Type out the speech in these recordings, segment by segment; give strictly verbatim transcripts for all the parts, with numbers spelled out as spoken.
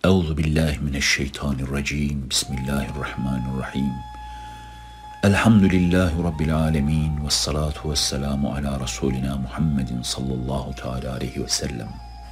Euzu billahi mineşşeytanirracim. Bismillahirrahmanirrahim. Elhamdülillahi Rabbil alemin. Vessalatu vesselamu ala Resulina Muhammedin sallallahu teala aleyhi ve sellem.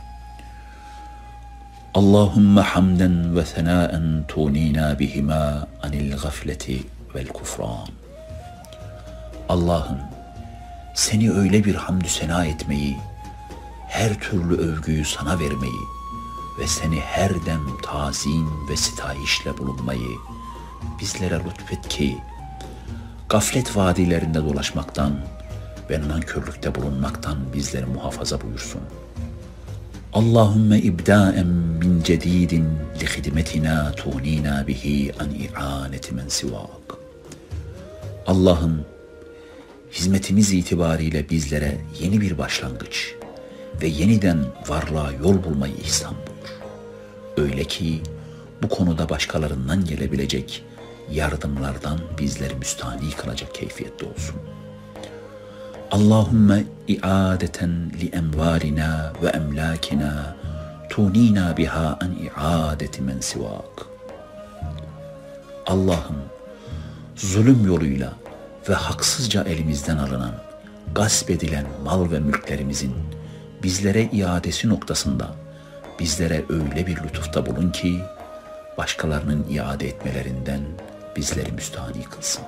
Allahümme hamden ve senaen tunina bihima anil gafleti vel kufran. Allah'ım, seni öyle bir hamdü sena etmeyi, her türlü övgüyü sana vermeyi ve seni her dem tazim ve sitayişle bulunmayı bizlere lütfet ki, gaflet vadilerinde dolaşmaktan ve nankörlükte bulunmaktan bizleri muhafaza buyursun. Allahümme ibdaen min cedidin li hidmetina tunina bihi an i'aneti men sivak. Allah'ım, hizmetimiz itibariyle bizlere yeni bir başlangıç ve yeniden varlığa yol bulmayı ihsan buyur. Öyle ki bu konuda başkalarından gelebilecek yardımlardan bizleri müstahni kılacak keyfiyette olsun. Allahümme i'adeten li emvalina ve emlakina tunina biha an i'adeti men sivak. Allah'ım, zulüm yoluyla ve haksızca elimizden alınan, gasp edilen mal ve mülklerimizin bizlere iadesi noktasında bizlere öyle bir lütufta bulun ki, başkalarının iade etmelerinden bizleri müstahni kılsın.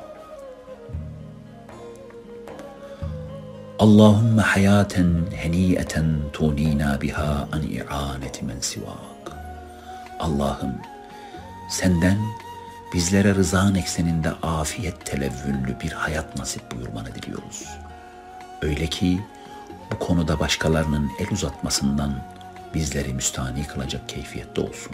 Allahümme hayaten heniyeten tunina biha an i'aneti men sivak. Allah'ım, senden bizlere rızan ekseninde afiyet televvüllü bir hayat nasip buyurmanı diliyoruz. Öyle ki bu konuda başkalarının el uzatmasından bizleri müstahni kılacak keyfiyette olsun.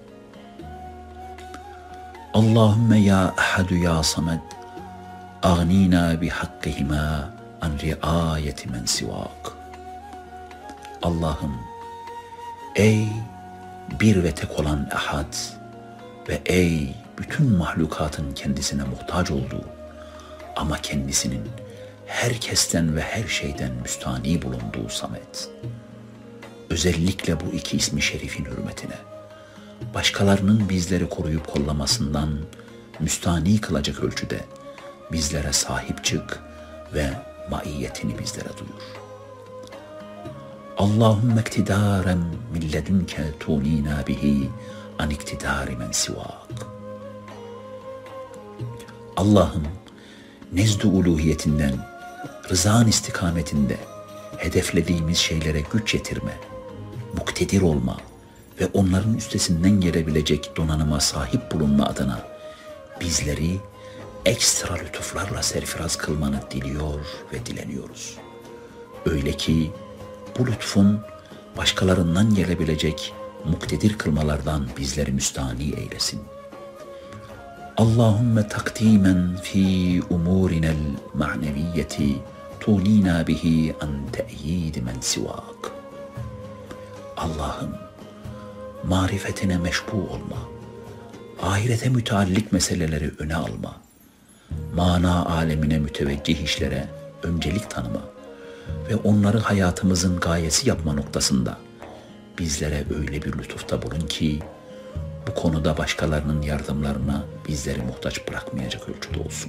Allahümme ya ahadu ya samed agnina bi hakkihima an riayeti men sivak. Allah'ım, ey bir ve tek olan Ahad ve ey bütün mahlukatın kendisine muhtaç olduğu ama kendisinin herkesten ve her şeyden müstahni bulunduğu Samet. Özellikle bu iki ismi şerifin hürmetine, başkalarının bizleri koruyup kollamasından müstahni kılacak ölçüde bizlere sahip çık ve maiyetini bizlere duyur. Allahümme iktidaren min ledünke tunina bihi an iktidari men sivak. Allah'ım, nezd-i uluhiyetinden, rızan istikametinde hedeflediğimiz şeylere güç yetirme, muktedir olma ve onların üstesinden gelebilecek donanıma sahip bulunma adına bizleri ekstra lütuflarla serfiraz kılmanı diliyor ve dileniyoruz. Öyle ki bu lütfun başkalarından gelebilecek muktedir kılmalardan bizleri müstahni eylesin. Allahümme takdimen fi umurinel ma'neviyyeti tunina bihi an te'yid men sivak. Allah'ım, marifetine meşbu olma, ahirete müteallik meseleleri öne alma, mana alemine müteveccih işlere öncelik tanıma ve onları hayatımızın gayesi yapma noktasında bizlere öyle bir lütufta bulun ki, bu konuda başkalarının yardımlarına bizleri muhtaç bırakmayacak ölçüde olsun.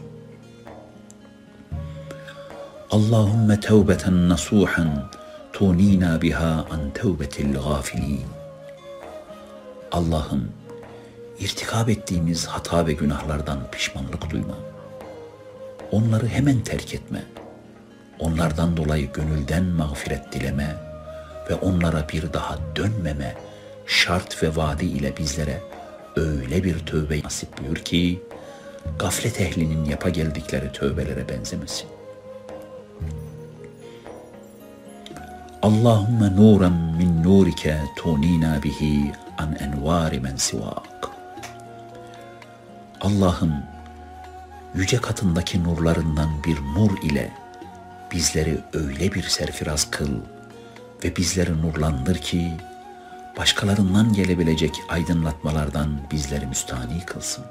Allahümme tevbeten nasuhan tunina biha an tevbetil gafilin. Allah'ım, irtikab ettiğimiz hata ve günahlardan pişmanlık duyma. Onları hemen terk etme. Onlardan dolayı gönülden mağfiret dileme ve onlara bir daha dönmeme şart ve vaadi ile bizlere öyle bir tövbe nasip buyur ki, gaflet ehlinin yapa geldikleri tövbelere benzemesin. Allahümme nuran min nurike tunina bihi an envari men sivak. Allah'ım, yüce katındaki nurlarından bir nur ile bizleri öyle bir serfiraz kıl ve bizleri nurlandır ki, başkalarından gelebilecek aydınlatmalardan bizleri müstahni kılsın.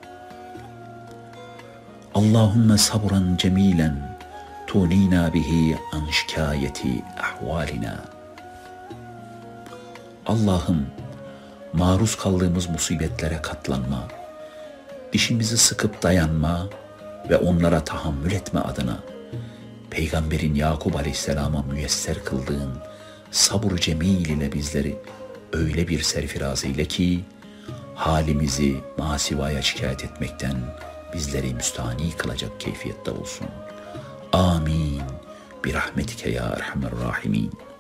Allahümme sabran cemilen tunina bihi an şikayeti ahvalina. Allah'ım, maruz kaldığımız musibetlere katlanma, dişimizi sıkıp dayanma ve onlara tahammül etme adına Peygamberin Yakup Aleyhisselam'a müyesser kıldığın sabır-ı cemil ile bizleri öyle bir serfiraz eyle ki halimizi masivaya şikayet etmekten bizleri müstahni kılacak keyfiyette olsun. Amin. Birahmetike ya erhamer rahimin.